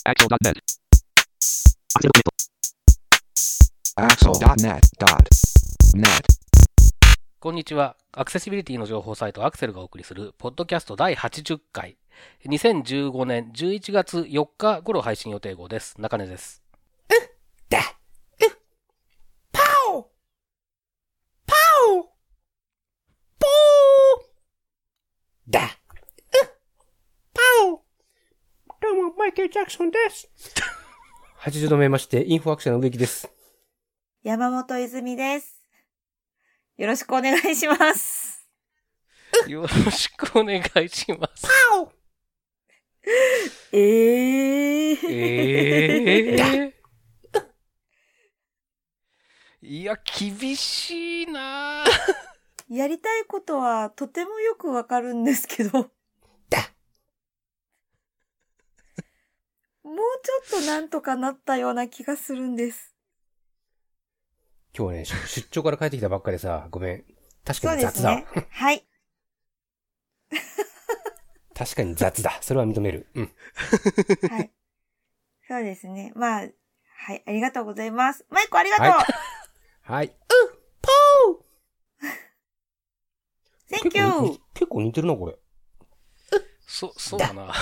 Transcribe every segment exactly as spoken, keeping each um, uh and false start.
axel dot net. axel dot net dot net。 こんにちは。アクセシビリティの情報サイトアクセルがお送りするポッドキャストだいはちじゅっかい、にせんじゅうごねんじゅういちがつよっか頃配信予定号です。中根です。 だ、う、パオ、パオ、ポー、だ、う、パオ。どうも、マイケル・ジャクソンです。はちじゅうどめまして、インフォアクションの植木です。 山本泉です。よろしくお願いします。 よろしくお願いします。 パオ。 えー。 えー。いや、厳しいなぁ。 やりたいことはとてもよくわかるんですけど。もうだ。 ちょっとなんとかなったような気がするんです。 今日はね、出張から帰ってきたばっかりでさ、ごめん。確かに雑だ。 そうですね。はい。 確かに雑だ。それは認める。うん。 はい。そうですね。まあ、はい、ありがとうございます。マイコありがとう。 はい。はい。う、ポー Thank you! 結構似てるな、これ。 そ、そうだな。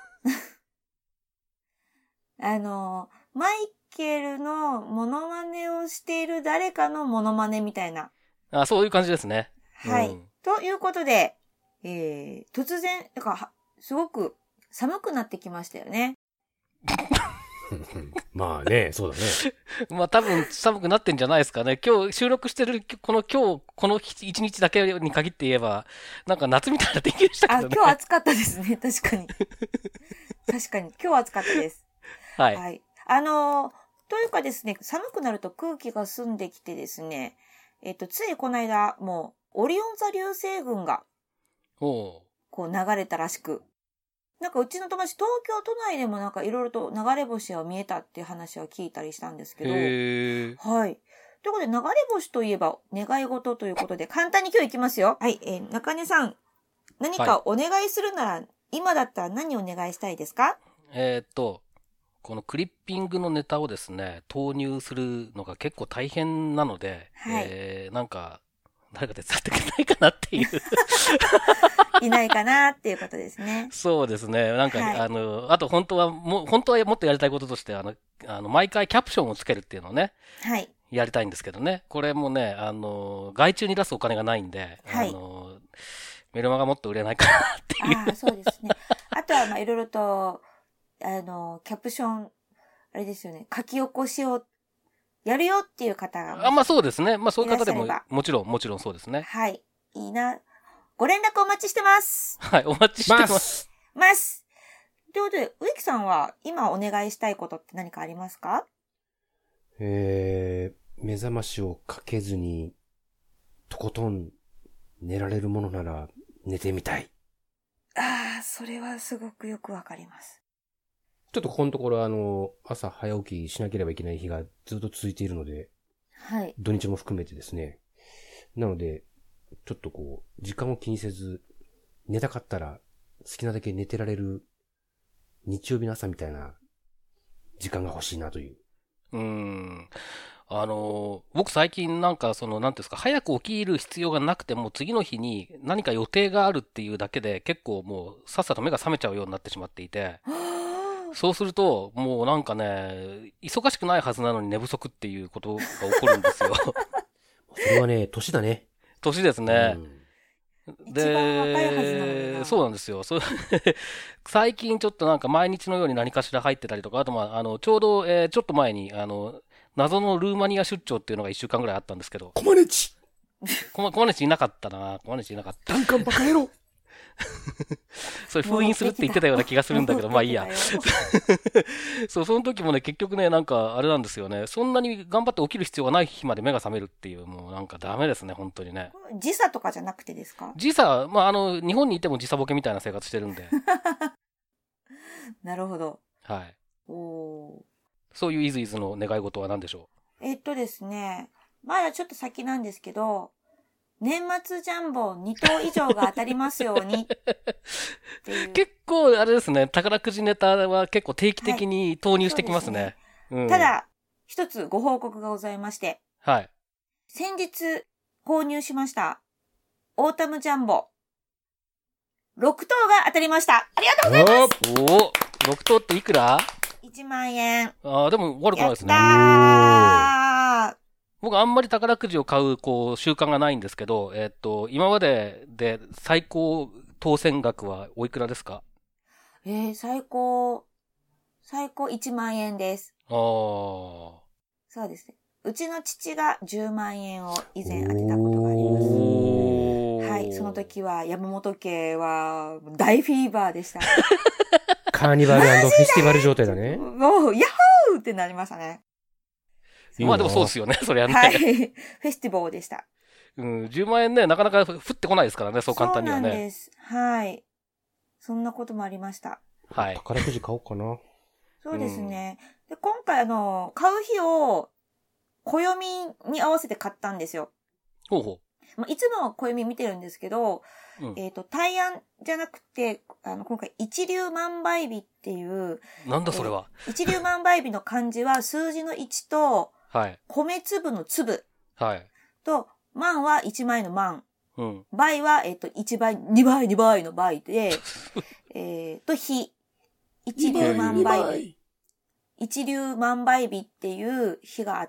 あの、マイケルのモノマネをしている誰かのモノマネみたいな。 あ、そういう感じですね。 はい。 うん、 ということで、えー、突然、なんか、すごく寒くなってきましたよね。 まあね、そうだね。 まあ多分寒くなってんじゃないですかね。今日収録してる、この今日、この一日だけに限って言えば、なんか夏みたいな天気でしたけどね。 あ、今日暑かったですね。確かに。確かに。今日暑かったです。 はい。 はい。あのー、というかですね、寒くなると空気が澄んできてですね、えっと、ついこの間、もう、オリオン座流星群が、 おう。 こう流れたらしく。なんかうちの友達、東京都内でもなんかいろいろと流れ星は見えたっていう話は聞いたりしたんですけど。 へー。 はい。ということで、流れ星といえば願い事ということで、簡単に今日行きますよ。はい。えー、中根さん、何かお願いするなら、はい、今だったら何をお願いしたいですか？ えー、っと、このクリッピングのネタをですね、投入するのが結構大変なので、 はい、 えー、なんか、誰か手伝ってくれないかなっていう。 いないかなっていうことですね。 そうですね。なんか、 はい、 あの、あと本当はもう、本当はもっとやりたいこととして、あの、あの、毎回キャプションをつけるっていうのをね、 はい。 やりたいんですけどね。これもね、あの、外注に出すお金がないんで、 はい、 あの、メルマガもっと売れないかなっていう。 ああ、そうですね。あとは、まあ、いろいろと、あの、キャプション、あれですよね、書き起こしをやるよっていう方が。 あ、まあそうですね。まあそういう方でも、もちろん、もちろんそうですね。 はい。いいな。ご連絡お待ちしてます。 はい、お待ちしてます。 ます。ということで、植木さんは今お願いしたいことって何かありますか？ えー、目覚ましをかけずに、とことん寝られるものなら寝てみたい。 ああ、それはすごくよくわかります。 ちょっとここのところあの、朝早起きしなければいけない日がずっと続いているので、 はい。 土日も含めてですね。なので、ちょっとこう、時間を気にせず、寝たかったら好きなだけ寝てられる日曜日の朝みたいな時間が欲しいなという。 うーん。あの、僕最近なんかその、なんていうんですか、早く起きる必要がなくても次の日に何か予定があるっていうだけで結構もうさっさと目が覚めちゃうようになってしまっていて、そうするともうなんかね、忙しくないはずなのに寝不足っていうことが起こるんですよ。 それはね、年だね。 年ですね。 うん、で、一番若いはずなのにな。 そうなんですよ。そ最近ちょっとなんか毎日のように何かしら入ってたりとか、あとまあ、あの、ちょうど、えー、ちょっと前に、あの、謎のルーマニア出張っていうのが一週間ぐらいあったんですけど。 コマネチコマ、コマネチいなかったな。コマネチいなかった。 ダンカンバカ野郎それ封印するって言ってたような気がするんだけど、まあいいや。そう、その時もね、結局ね、なんかあれなんですよね。そんなに頑張って起きる必要がない日まで目が覚めるっていう、もうなんかダメですね、本当にね。 時差とかじゃなくてですか？ 時差、まああの、日本にいても時差ボケみたいな生活してるんで。 なるほど。 はい。 おー。 そういうイズイズの願い事は何でしょうえっとですね、まだちょっと先なんですけど、 年末ジャンボに等以上が当たりますようにっていう。 結構、あれですね、宝くじネタは結構定期的に投入してきますね。 はい、 うん、 ただ、一つご報告がございまして。 はい。 先日、購入しました。オータムジャンボ。ろく等が当たりました。ありがとうございます。 おお、ろく等っていくら ? いちまんえん。 ああ、でも悪くないですね。 やったー。 僕あんまり宝くじを買う、こう、習慣がないんですけど、えっと、今までで最高当選額はおいくらですか？ えー、最高、最高いちまんえんです。 ああ。 そうですね。うちの父がじゅうまんえんを以前当てたことがあります。はい。その時は山本家は大フィーバーでした。 カーニバル&フェスティバル状態だね。 もう、ヤッホーってなりましたね。 まあでもそうですよね、それはね。 はい。フェスティバルでした。 うん、じゅうまんえんね、なかなか降ってこないですからね、そう簡単にはね。 そうなんです。はい。そんなこともありました。 はい。 宝くじ買おうかな。 そうですね。うん、で今回あの、買う日を、暦に合わせて買ったんですよ。 ほうほう。まあ、いつも暦見てるんですけど、うん、えっ、ー、と、大安じゃなくて、あの、今回、一粒万倍日っていう。 なんだそれは。 えー、一粒万倍日の漢字は数字のいちと、 はい。 米粒の粒。 はい。 と、万はいちまいの万。 うん。 倍は、えっ、ー、と、いちばい、にばい、にばいの倍で、えっと、日。一粒万倍日。一粒万倍日っていう日があって、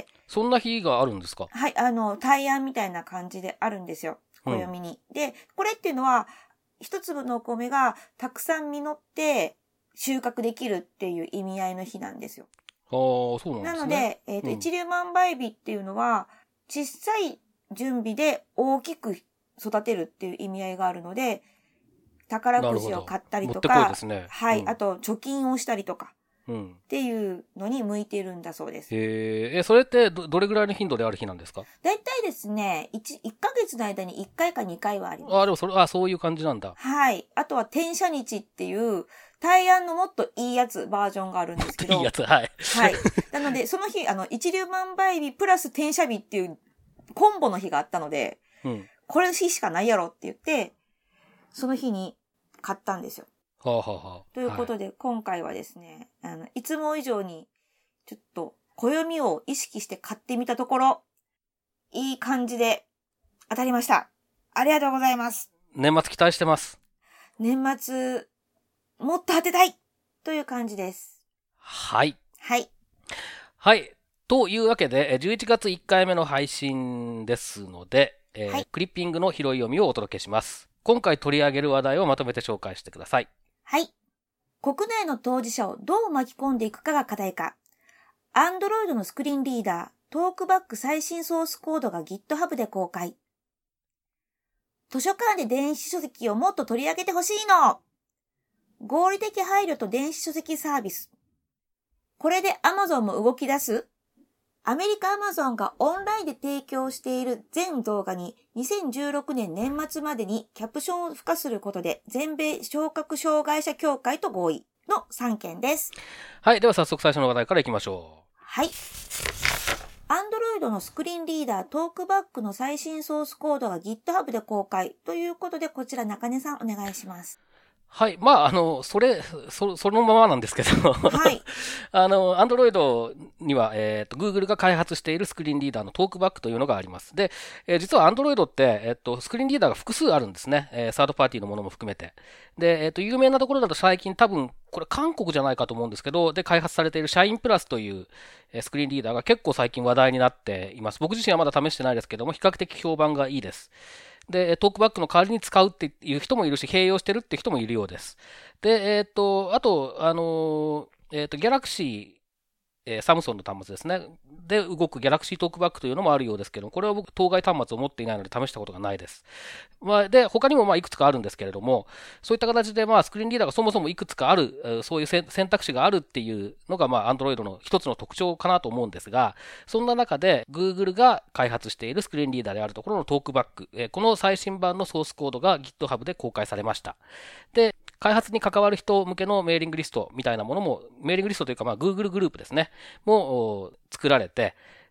そんな日があるんですか？ はい、あの、大安みたいな感じであるんですよ。暦に。うん、で、これっていうのは、一粒のお米がたくさん実って収穫できるっていう意味合いの日なんですよ。 ああ、そうなんですね。 なので、えっと、うん、一粒万倍日っていうのは、小さい準備で大きく育てるっていう意味合いがあるので、宝くじを買ったりとか、 ですね、 はい、 うん、 あと貯金をしたりとか。 うん、 っていうのに向いてるんだそうです。 へえ、それってど、どれぐらいの頻度である日なんですか？ だいたいですね、いち、いっかげつの間にいっかいかにかいはあります。 ああ、でもそれ、あそういう感じなんだ。 はい。あとは転写日っていう、大安のもっといいやつバージョンがあるんですけど。 いいやつ、はい。 はい。なので、その日、あの、一粒万倍日プラス転写日っていうコンボの日があったので、うん、これ日しかないやろって言って、その日に買ったんですよ。 はあはあはあ、 ということで、はい、今回はですね、あの、いつも以上に、ちょっと、暦を意識して買ってみたところ、いい感じで当たりました。ありがとうございます。 年末期待してます。 年末、もっと当てたいという感じです。 はい。 はい。 はい。というわけで、じゅういちがついっかいめの配信ですので、えーはい、クリッピングの拾い読みをお届けします。今回取り上げる話題をまとめて紹介してください。 はい。国内の当事者をどう巻き込んでいくかが課題か。Android のスクリーンリーダー、トークバック最新ソースコードが GitHub で公開。図書館で電子書籍をもっと取り上げてほしいの。合理的配慮と電子書籍サービス。これで Amazon も動き出す？アメリカ Amazon がオンラインで提供している全動画ににせんじゅうろくねん年末までにキャプションを付加することで全米聴覚障害者協会と合意のさんけんです。 はい。では早速最初の話題からいきましょう。 はい。Android のスクリーンリーダートークバックの最新ソースコードが GitHub で公開ということで、こちら中根さんお願いします。 はい。まあ、あの、それ、そ、そのままなんですけど。 はい。 あの、Android には、えっと、Google が開発しているスクリーンリーダーのトークバックというのがあります。で、えー、実は Android って、えっと、スクリーンリーダーが複数あるんですね。えー、サードパーティーのものも含めて。で、えっと、有名なところだと最近多分、これ韓国じゃないかと思うんですけど、で、開発されているシャインプラスという、えー、スクリーンリーダーが結構最近話題になっています。僕自身はまだ試してないですけども、比較的評判がいいです。で、トークバックの代わりに使うっていう人もいるし、併用してるって人もいるようです。で、えっと、あと、あの、えっと、ギャラクシー、えー、サムソンの端末ですね。で動くギャラクシートークバックというのもあるようですけど、これは僕当該端末を持っていないので試したことがないです。まあ、で、他にもまあいくつかあるんですけれども、そういった形でまあスクリーンリーダーがそもそもいくつかある、そういう選択肢があるっていうのがまあ Android の一つの特徴かなと思うんですが、そんな中で Google が開発しているスクリーンリーダーであるところのトークバック、えー、この最新版のソースコードが GitHub で公開されました。で、開発に関わる人向けのメーリングリストみたいなものも、メーリングリストというか、まあ、Google グループですね、も作られて、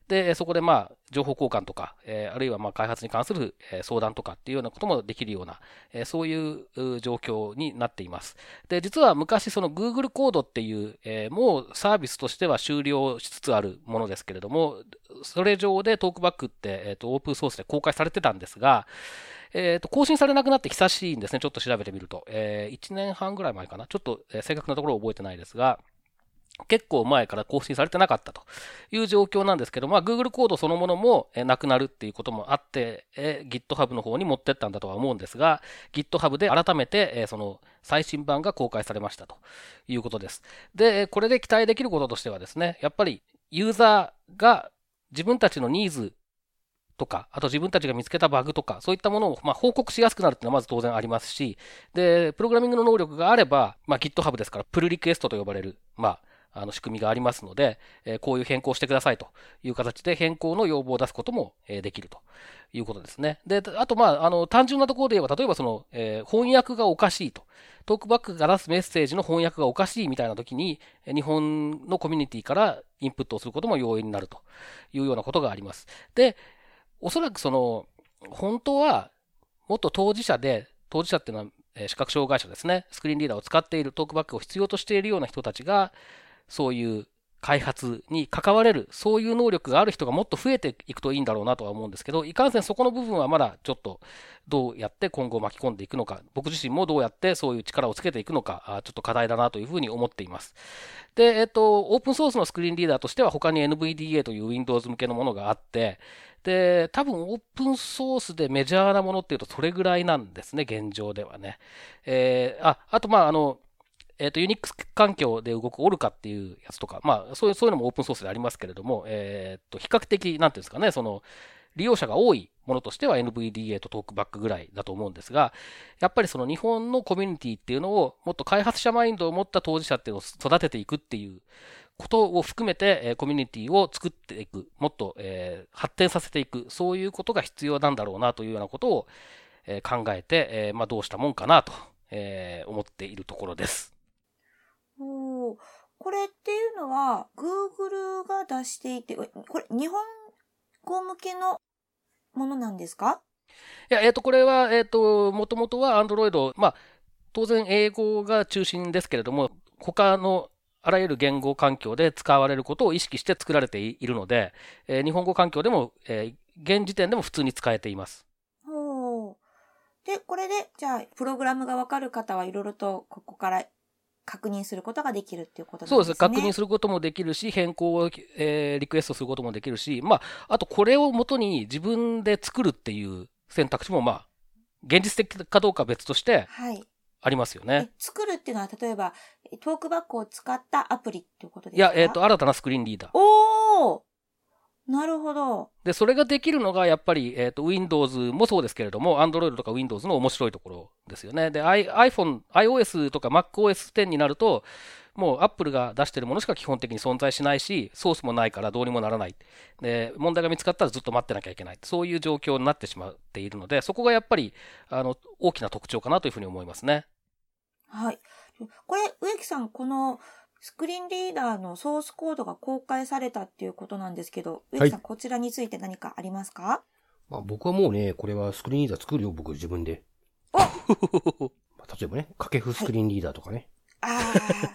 で、そこでまあ、情報交換とか、えー、あるいはまあ開発に関する相談とかっていうようなこともできるような、えー、そういう状況になっています。で、実は昔その Google コードっていう、えー、もうサービスとしては終了しつつあるものですけれども、それ上でトークバックって、えー、とオープンソースで公開されてたんですが、えー、と更新されなくなって久しいんですね。ちょっと調べてみると。えー、いちねんはんぐらい前かな。ちょっと、えー、正確なところを覚えてないですが、結構前から更新されてなかったという状況なんですけど、まあ、Google コードそのものもなくなるっていうこともあって、え GitHub の方に持ってったんだとは思うんですが、GitHub で改めて、えその最新版が公開されましたということです。で、これで期待できることとしてはですね、やっぱりユーザーが自分たちのニーズとか、あと自分たちが見つけたバグとか、そういったものをまあ報告しやすくなるっていうのはまず当然ありますし、で、プログラミングの能力があれば、まあ、GitHub ですから、プルリクエストと呼ばれる、まあ、あの仕組みがありますので、えー、こういう変更してくださいという形で変更の要望を出すことも、えー、できるということですね。で、あと、まあ、あの、単純なところで言えば、例えばその、えー、翻訳がおかしいと。トークバックが出すメッセージの翻訳がおかしいみたいな時に、日本のコミュニティからインプットをすることも容易になるというようなことがあります。で、おそらくその、本当は、もっと当事者で、当事者っていうのは、視覚障害者ですね、スクリーンリーダーを使っている、トークバックを必要としているような人たちが、そういう開発に関われる、そういう能力がある人がもっと増えていくといいんだろうなとは思うんですけど、いかんせんそこの部分はまだちょっとどうやって今後巻き込んでいくのか、僕自身もどうやってそういう力をつけていくのか、ちょっと課題だなというふうに思っています。で、えっと、オープンソースのスクリーンリーダーとしては他に エヌブイディーエー という Windows 向けのものがあって、で、多分オープンソースでメジャーなものっていうとそれぐらいなんですね、現状ではね。えー、あ、あとまああの、えっと、ユニックス環境で動くオルカっていうやつとか、まあ、そういう、そういうのもオープンソースでありますけれども、えっと、比較的、なんていうんですかね、その、利用者が多いものとしては エヌブイディーエー とトークバックぐらいだと思うんですが、やっぱりその日本のコミュニティっていうのをもっと開発者マインドを持った当事者っていうのを育てていくっていうことを含めて、コミュニティを作っていく、もっと、えー、発展させていく、そういうことが必要なんだろうなというようなことを、えー、考えて、えー、まあ、どうしたもんかなと、えー、思っているところです。 おー、これっていうのは Google が出していて、これ日本語向けのものなんですか？ いや、えっと、これは、えっと、もともとは Android、まあ、当然英語が中心ですけれども、他のあらゆる言語環境で使われることを意識して作られているので、えー、日本語環境でも、えー、現時点でも普通に使えています。 ほう。で、これで、じゃあ、プログラムがわかる方はいろいろとここから確認することができるっていうことなんですね。 そうです。確認することもできるし、変更を、えー、リクエストすることもできるし、まあ、あとこれをもとに自分で作るっていう選択肢も、まあ、現実的かどうかは別として、ありますよね、はい。 作るっていうのは、例えば、トークバックを使ったアプリっていうことですか？ いや、えっと、新たなスクリーンリーダー。 おー！なるほど。 で、それができるのが、やっぱり、えっと、Windows もそうですけれども、Android とか Windows の面白いところですよね。で、iPhone、iOS とか MacOS テンになると、もう Apple が出しているものしか基本的に存在しないし、ソースもないからどうにもならない。で、問題が見つかったらずっと待ってなきゃいけない。そういう状況になってしまっているので、そこがやっぱり、あの、大きな特徴かなというふうに思いますね。 はい。これ、植木さん、この、スクリーンリーダーのソースコードが公開されたっていうことなんですけど、植木さん、はい、こちらについて何かありますか？ まあ、僕はもうね、これはスクリーンリーダー作るよ、僕自分で。 お例えばね、掛布スクリーンリーダーとかね。 はい、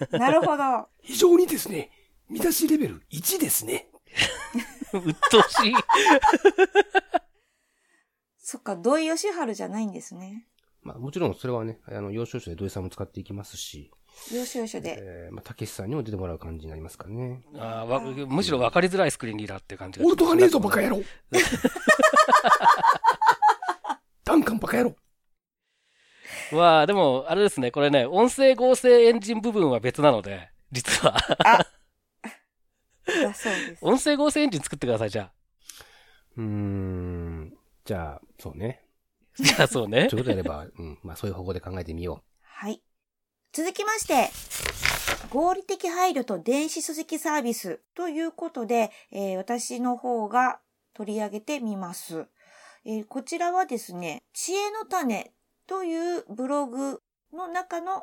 ああ、なるほど。 非常にですね、見出しレベルいちですね。 うっとうしい。 そっか、土井善晴じゃないんですね。 まあ、もちろんそれはね、あの、要所要所で土井さんも使っていきますし。 要所要所で。 えー、まあ、たけしさんにも出てもらう感じになりますからね。 ああ、むしろ分かりづらいスクリーンリーダーっていう感じが。 オルトがねえぞ、バカ野郎。ダンカンバカ野郎。 まあ、でも、あれですね、これね、音声合成エンジン部分は別なので、実は。 あだそうです。 音声合成エンジン作ってください、じゃあ。 うーん、じゃあ、そうね。 じゃあ、そうね。 ということであれば、うん、まあそういう方向で考えてみよう。 はい。続きまして、合理的配慮と電子書籍サービスということで、えー、私の方が取り上げてみます。えー、こちらはですね、知恵の種というブログの中の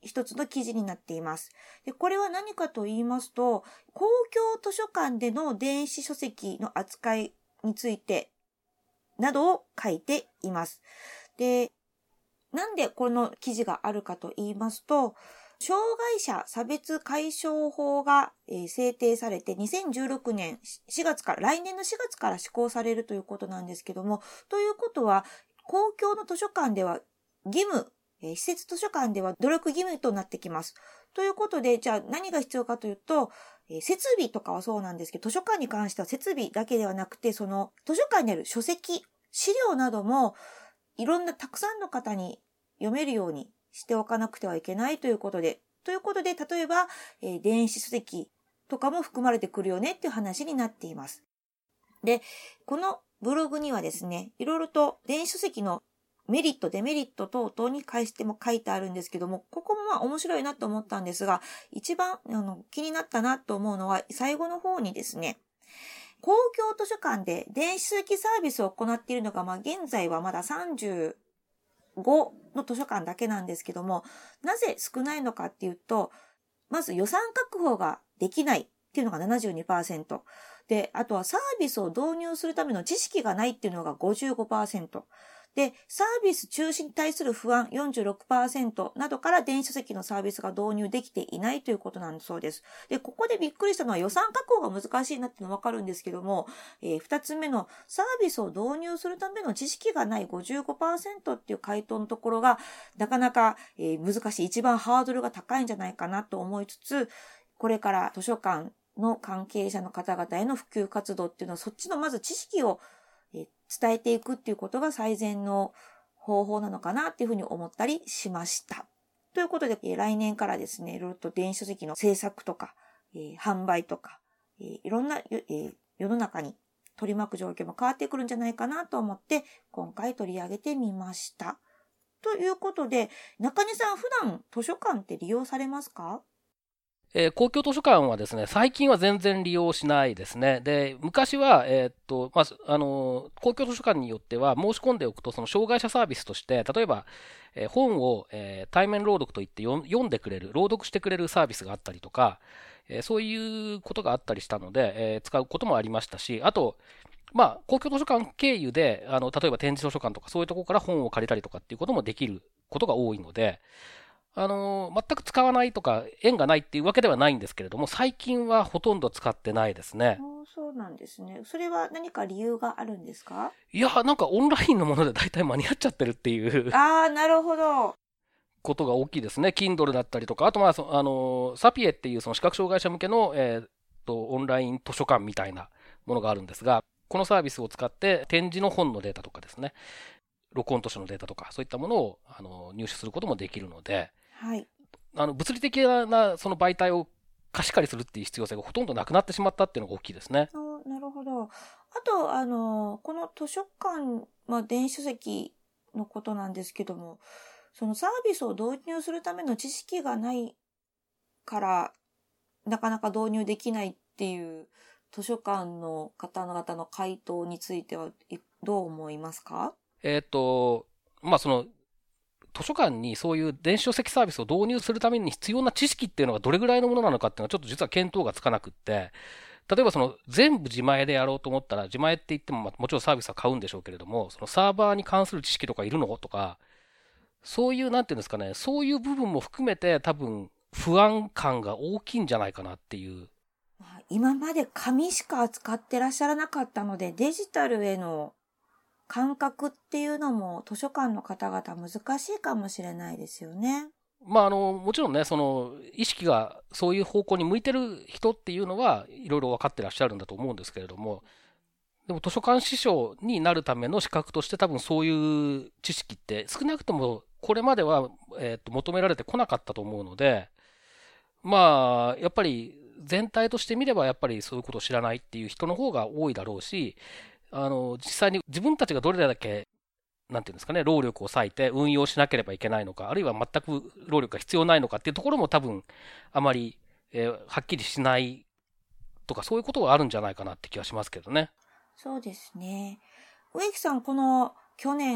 一つの記事になっています。で、これは何かと言いますと、公共図書館での電子書籍の扱いについてなどを書いています。で、なんでこの記事があるかと言いますと、障害者差別解消法が、えー、制定されてにせんじゅうろくねんしがつから、来年のしがつから施行されるということなんですけども、ということは、公共の図書館では義務、えー、施設図書館では努力義務となってきます。ということで、じゃあ何が必要かというと、えー、設備とかはそうなんですけど、図書館に関しては設備だけではなくて、その図書館にある書籍、資料なども、いろんなたくさんの方に読めるようにしておかなくてはいけないということで、ということで、例えば、えー、電子書籍とかも含まれてくるよねっていう話になっています。で、このブログにはですね、いろいろと電子書籍のメリット、デメリット等々に関しても書いてあるんですけども、ここもまあ面白いなと思ったんですが、一番あの気になったなと思うのは、最後の方にですね、公共図書館で電子書籍サービスを行っているのが、まあ現在はまださんじゅうごの図書館だけなんですけども、なぜ少ないのかっていうと、まず予算確保ができないっていうのが ななじゅうにパーセント。で、あとはサービスを導入するための知識がないっていうのが ごじゅうごパーセント。で、サービス中止に対する不安 よんじゅうろくパーセント などから電子書籍のサービスが導入できていないということなんだそうです。で、ここでびっくりしたのは予算確保が難しいなっていうのはわかるんですけども、えー、二つ目のサービスを導入するための知識がない ごじゅうごパーセント っていう回答のところがなかなか、えー、難しい、一番ハードルが高いんじゃないかなと思いつつ、これから図書館の関係者の方々への普及活動っていうのはそっちのまず知識を伝えていくっていうことが最善の方法なのかなっていうふうに思ったりしました。ということで、来年からですね、いろいろと電子書籍の制作とか、えー、販売とか、えー、いろんな、えー、世の中に取り巻く状況も変わってくるんじゃないかなと思って、今回取り上げてみました。ということで、中根さん、普段図書館って利用されますか？ えー、公共図書館はですね、最近は全然利用しないですね。で、昔は、えー、っと、まあ、あのー、公共図書館によっては申し込んでおくと、その障害者サービスとして、例えば、えー、本を、えー、対面朗読といって読んでくれる、朗読してくれるサービスがあったりとか、えー、そういうことがあったりしたので、えー、使うこともありましたし、あと、まあ、公共図書館経由で、あの、例えば展示図書館とかそういうところから本を借りたりとかっていうこともできることが多いので、あの、全く使わないとか、縁がないっていうわけではないんですけれども、最近はほとんど使ってないですね。 そうなんですね。それは何か理由があるんですか？ いや、なんかオンラインのもので大体間に合っちゃってるっていう。 ああ、なるほど。 ことが大きいですね。Kindle だったりとか、あとまあ、あの、サピエっていうその視覚障害者向けの、えー、っと、オンライン図書館みたいなものがあるんですが、このサービスを使って展示の本のデータとかですね、録音図書のデータとか、そういったものをあの入手することもできるので、 はい。 あの物理的なその媒体を貸し借りするっていう必要性がほとんどなくなってしまったっていうのが大きいですね。 あ、なるほど。あと、あの、この図書館、まあ、電子書籍のことなんですけども、そのサービスを導入するための知識がないから、なかなか導入できないっていう図書館の方々の回答についてはどう思いますか？ えっと、まあ、その、図書館にそういう電子書籍サービスを導入するために必要な知識っていうのがどれぐらいのものなのかっていうのはちょっと実は見当がつかなくって、例えばその全部自前でやろうと思ったら、自前って言ってももちろんサービスは買うんでしょうけれども、そのサーバーに関する知識とかいるのとか、そういうなんていうんですかね、そういう部分も含めて多分不安感が大きいんじゃないかなっていう。 今まで紙しか扱ってらっしゃらなかったので、デジタルへの感覚っていうのも図書館の方々難しいかもしれないですよね。 まああのもちろんね、その意識がそういう方向に向いてる人っていうのはいろいろ分かってらっしゃるんだと思うんですけれども、でも図書館司書になるための資格として多分そういう知識って少なくともこれまでは、えー、と求められてこなかったと思うので、まあやっぱり全体として見ればやっぱりそういうことを知らないっていう人の方が多いだろうし、あの実際に自分たちがどれだけなんていうんですかね、労力を割いて運用しなければいけないのか、あるいは全く労力が必要ないのかっていうところも多分あまり、えー、はっきりしないとか、そういうことがあるんじゃないかなって気がしますけどね。 そうですね。植木さん、この去年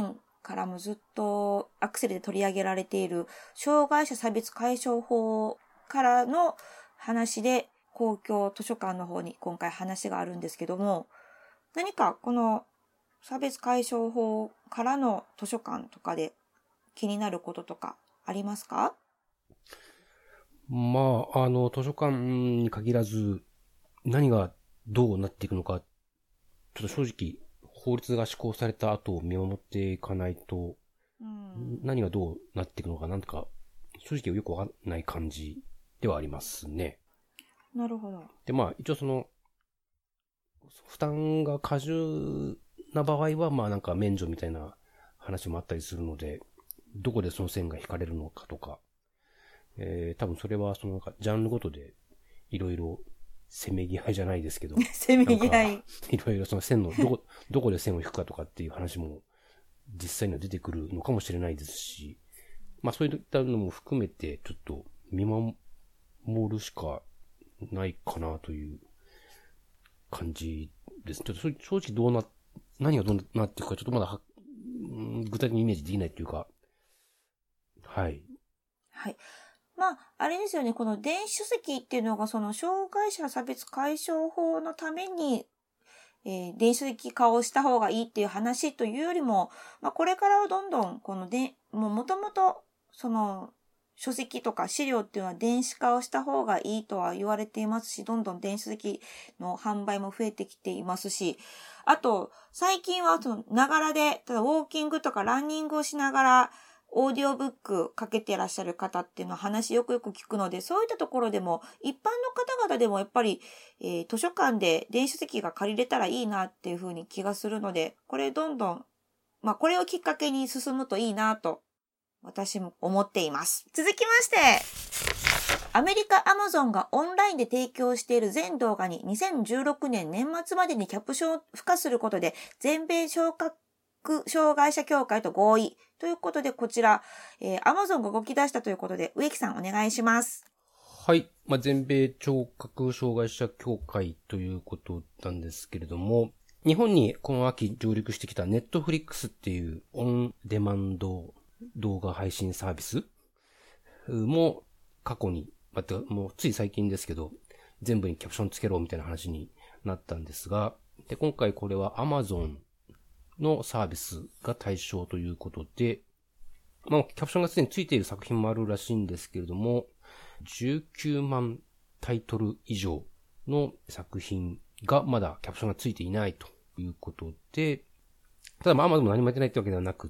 からもずっとアクセルで取り上げられている障害者差別解消法からの話で公共図書館の方に今回話があるんですけども、何かこの差別解消法からの図書館とかで気になることとかありますか？ まあ、あの、図書館に限らず、何がどうなっていくのか、ちょっと正直、法律が施行された後を見守っていかないと、うん、何がどうなっていくのか、なんとか、正直よくわかんない感じではありますね。 なるほど。 で、まあ、一応その、負担が過重な場合は、まあなんか免除みたいな話もあったりするので、どこでその線が引かれるのかとか、えー、多分それはそのなんかジャンルごとでいろいろせめぎ合いじゃないですけど、 せめぎ合い。 いろいろその線のどこ、どこで線を引くかとかっていう話も実際には出てくるのかもしれないですし、まあそういったのも含めてちょっと見守るしかないかなという感じです。ちょっと正直どうな、何がどうなっていくかちょっとまだは具体的にイメージできないというか、はい。 はい。まあ、あれですよね、この電子書籍っていうのがその障害者差別解消法のために、えー、電子書籍化をした方がいいっていう話というよりも、まあこれからはどんどんこので、もうもともとその書籍とか資料っていうのは電子化をした方がいいとは言われていますし、どんどん電子書籍の販売も増えてきていますし、あと最近はそのながらで、ただウォーキングとかランニングをしながらオーディオブックかけてらっしゃる方っていうのは話よくよく聞くので、そういったところでも一般の方々でもやっぱり、えー、図書館で電子書籍が借りれたらいいなっていうふうに気がするので、これどんどん、まあこれをきっかけに進むといいなと私も思っています。続きまして、アメリカ Amazon がオンラインで提供している全動画ににせんじゅうろくねん年末までにキャプションを付加することで全米聴覚障害者協会と合意ということで、こちら、えー、Amazon が動き出したということで、植木さんお願いします。 はい。まあ、全米聴覚障害者協会ということなんですけれども、日本にこの秋上陸してきた Netflix っていうオンデマンド動画配信サービスも過去に、またもうつい最近ですけど、全部にキャプションつけろみたいな話になったんですが、で今回これは Amazonのサービスが対象ということで、まあ、キャプションがすでについている作品もあるらしいんですけれども、じゅうきゅうまんタイトル以上の作品がまだキャプションがついていないということで、ただまあ Amazon も何もやってないってわけではなくって、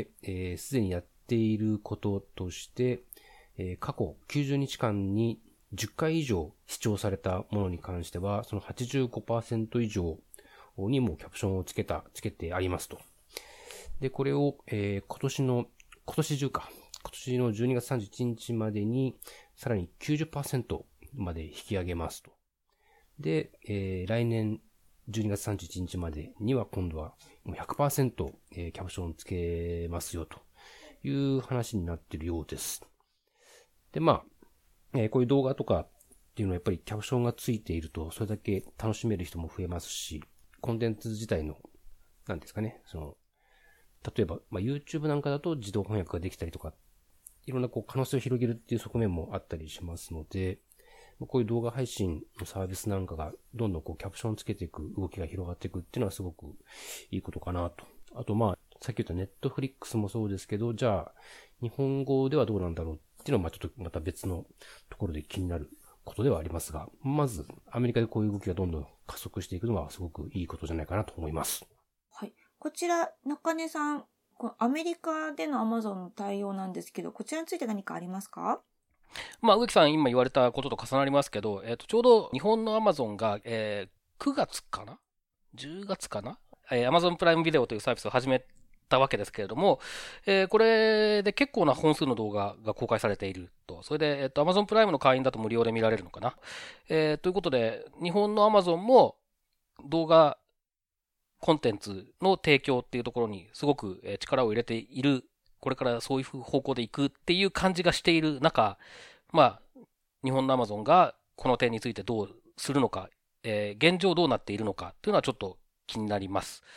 す、えー、でにやっていることとして、えー、過去きゅうじゅうにちかんにじゅっかい以上視聴されたものに関しては、その はちじゅうごパーセント 以上にもキャプションをつけた、つけてありますと。で、これを、えー、今年の、今年中か。今年のじゅうにがつさんじゅういちにちまでに、さらに きゅうじゅっパーセント まで引き上げますと。で、えー、来年じゅうにがつさんじゅういちにちまでには今度はもう ひゃくパーセント、えー、キャプションをつけますよという話になっているようです。で、まあ、えー、こういう動画とかっていうのはやっぱりキャプションがついていると、それだけ楽しめる人も増えますし、コンテンツ自体の、なんですかね、その、例えば、まあ、YouTube なんかだと自動翻訳ができたりとか、いろんなこう可能性を広げるっていう側面もあったりしますので、こういう動画配信のサービスなんかがどんどんこうキャプションつけていく動きが広がっていくっていうのはすごくいいことかなと。あとまあ、さっき言った Netflix もそうですけど、じゃあ、日本語ではどうなんだろうっていうのはまあちょっとまた別のところで気になることではありますが、まずアメリカでこういう動きがどんどん加速していくのはすごくいいことじゃないかなと思います。 はい。こちら、中根さん、このアメリカでの Amazon の対応なんですけど、こちらについて何かありますか？ まあ、植木さん今言われたことと重なりますけど、えっと、ちょうど日本の Amazon が、えー、くがつかな ?じゅうがつかな、えー、Amazon プライムビデオというサービスを始めたわけですけれども、えー、これで結構な本数の動画が公開されていると。それで、えっと、Amazon プライムの会員だと無料で見られるのかな。えー、ということで、日本の Amazon も動画コンテンツの提供っていうところにすごく力を入れている、これからそういう方向でいくっていう感じがしている中、まあ、日本の Amazon がこの点についてどうするのか、えー、現状どうなっているのかっていうのはちょっと気になります。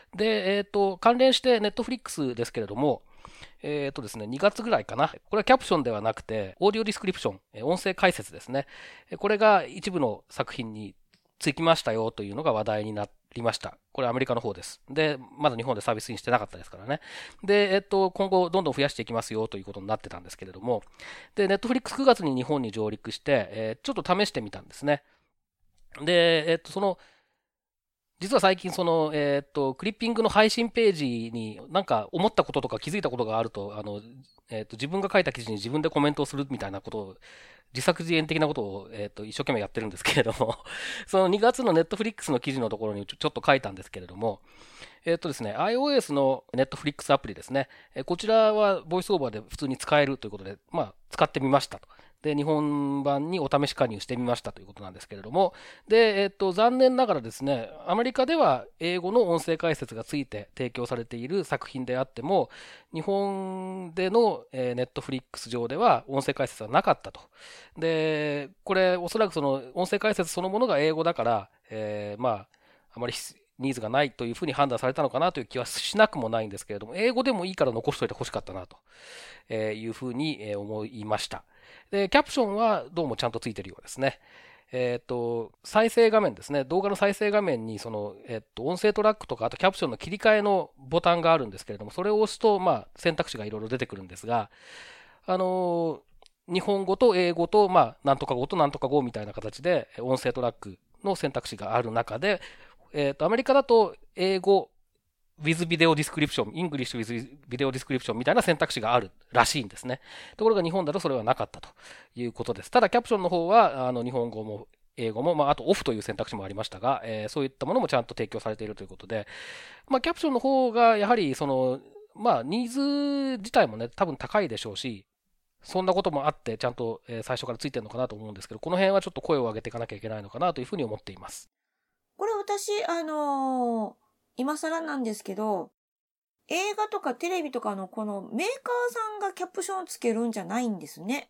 で、えっと、関連してネットフリックスですけれども、えっとですね、にがつぐらいかな。これはキャプションではなくて、オーディオディスクリプション、音声解説ですね。これが一部の作品につきましたよというのが話題になりました。これアメリカの方です。で、まだ日本でサービスにしてなかったですからね。で、えっと、今後どんどん増やしていきますよということになってたんですけれども、で、ネットフリックスくがつに日本に上陸して、えー、ちょっと試してみたんですね。で、えっと、その、実は最近その、えっと、クリッピングの配信ページになんか思ったこととか気づいたことがあると、あの、えっと、自分が書いた記事に自分でコメントをするみたいなことを、自作自演的なことを、えっと、一生懸命やってるんですけれども、そのにがつのネットフリックスの記事のところにちょ、ちょっと書いたんですけれども、えっとですね、iOS のネットフリックスアプリですね、こちらはボイスオーバーで普通に使えるということで、まあ、使ってみましたと。で、日本版にお試し加入してみましたということなんですけれども、で、えっと、残念ながらですね、アメリカでは英語の音声解説がついて提供されている作品であっても、日本でのネットフリックス上では音声解説はなかったと。で、これ、おそらくその音声解説そのものが英語だから、えー、まあ、あまりニーズがないというふうに判断されたのかなという気はしなくもないんですけれども、英語でもいいから残しといてほしかったなというふうに思いました。で、キャプションはどうもちゃんとついてるようですね。えっと、再生画面ですね。動画の再生画面に、その、えっと、音声トラックとか、あとキャプションの切り替えのボタンがあるんですけれども、それを押すと、まあ、選択肢がいろいろ出てくるんですが、あのー、日本語と英語と、まあ、なんとか語となんとか語みたいな形で、音声トラックの選択肢がある中で、えっと、アメリカだと、英語、with video description, English with video description みたいな選択肢があるらしいんですね。ところが日本だとそれはなかったということです。ただキャプションの方はあの日本語も英語も、まあ、あとオフという選択肢もありましたが、えー、そういったものもちゃんと提供されているということで、まあ、キャプションの方がやはりその、まあ、ニーズ自体もね、多分高いでしょうし、そんなこともあってちゃんと最初からついてるのかなと思うんですけど、この辺はちょっと声を上げていかなきゃいけないのかなというふうに思っています。 これ私、あのー今更なんですけど、映画とかテレビとかのこのメーカーさんがキャプションをつけるんじゃないんですね。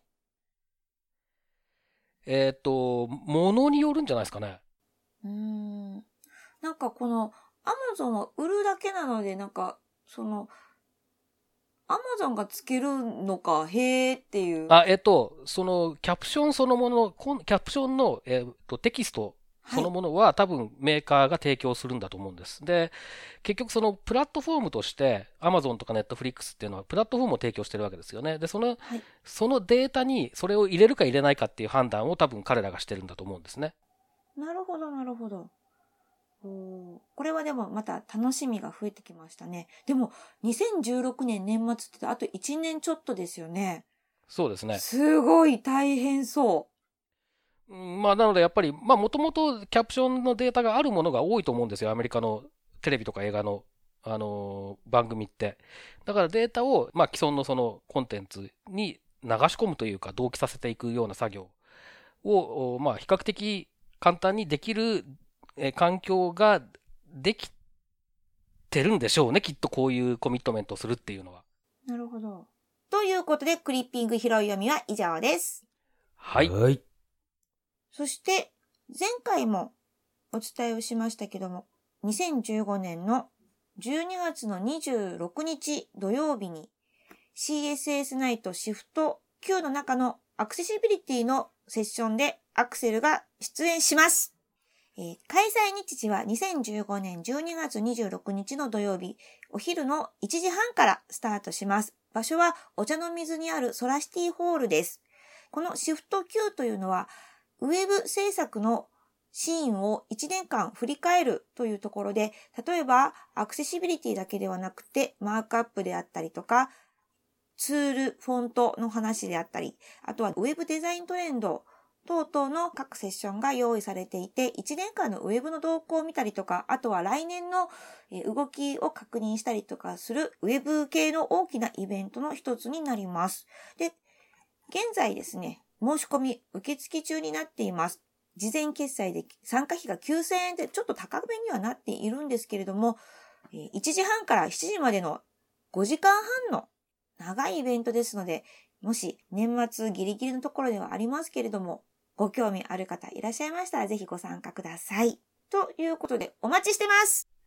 えっと、ものによるんじゃないですかね。 うーん。なんかこの Amazon は売るだけなので、なんか、その、Amazon がつけるのか、へーっていう。 あ、えっと、そのキャプションそのもの、キャプションの、えっと、テキスト、そのものは多分メーカーが提供するんだと思うんです。で、結局そのプラットフォームとして Amazon とか Netflix っていうのはプラットフォームを提供してるわけですよね。で、その、はい、そのデータにそれを入れるか入れないかっていう判断を多分彼らがしてるんだと思うんですね。 なるほど、なるほど。おこれはでもまた楽しみが増えてきましたね。でもにせんじゅうろくねん年末ってあといちねんちょっとですよね。 そうですね。 すごい大変そう。 まあ、なのでやっぱり、まあ、もともとキャプションのデータがあるものが多いと思うんですよ。アメリカのテレビとか映画の、あのー、番組って。だからデータを、まあ、既存のそのコンテンツに流し込むというか、同期させていくような作業を、まあ、比較的簡単にできる、え、環境ができてるんでしょうね。きっとこういうコミットメントをするっていうのは。 なるほど。ということで、クリッピング拾い読みは以上です。 はい。 はいそして、前回もお伝えをしましたけども、にせんじゅうごねんのじゅうにがつのにじゅうろくにち土曜日に シーエスエス ナイトシフト Q の中のアクセシビリティのセッションでアクセルが出演します。えー、開催日時はにせんじゅうごねんじゅうにがつにじゅうろくにちの土曜日、お昼のいちじはんからスタートします。場所はお茶の水にあるソラシティホールです。このシフト Q というのは、ウェブ制作のシーンをいちねんかん振り返るというところで、例えばアクセシビリティだけではなくて、マークアップであったりとか、ツール、フォントの話であったり、あとはウェブデザイントレンド等々の各セッションが用意されていて、いちねんかんのウェブの動向を見たりとか、あとは来年の動きを確認したりとかするウェブ系の大きなイベントの一つになります。で、現在ですね、申し込み受付中になっています。事前決済で参加費がきゅうせんえんでちょっと高めにはなっているんですけれども、いちじはんからしちじまでのごじかんはんの長いイベントですので、もし年末ギリギリのところではありますけれども、ご興味ある方いらっしゃいましたらぜひご参加ください。ということでお待ちしてます。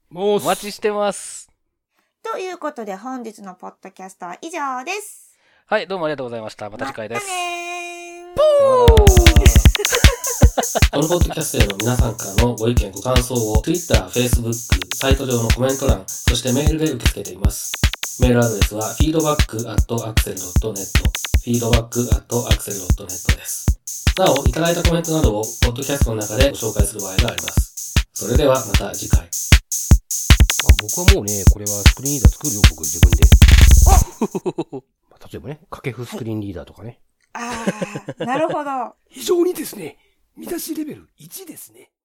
おお待ちしてます。 ということで本日のポッドキャストは以上です。 はい、どうもありがとうございました。また次回です。 またねー。 このポッドキャストへの皆さんからのご意見ご感想を Twitter、Facebook、サイト上のコメント欄、そしてメールで受け付けています。メールアドレスは フィードバック アット アクセル ドット ネット フィードバック アット アクセル ドット ネット です。なお、いただいたコメントなどをポッドキャストの中でご紹介する場合があります。それではまた次回。あ、 僕はもうね、これはスクリーンリーダー作るよ、僕自分で。例えばね、掛布スクリーンリーダーとかね。 ああ、なるほど。 非常にですね、見出しレベルいちですね。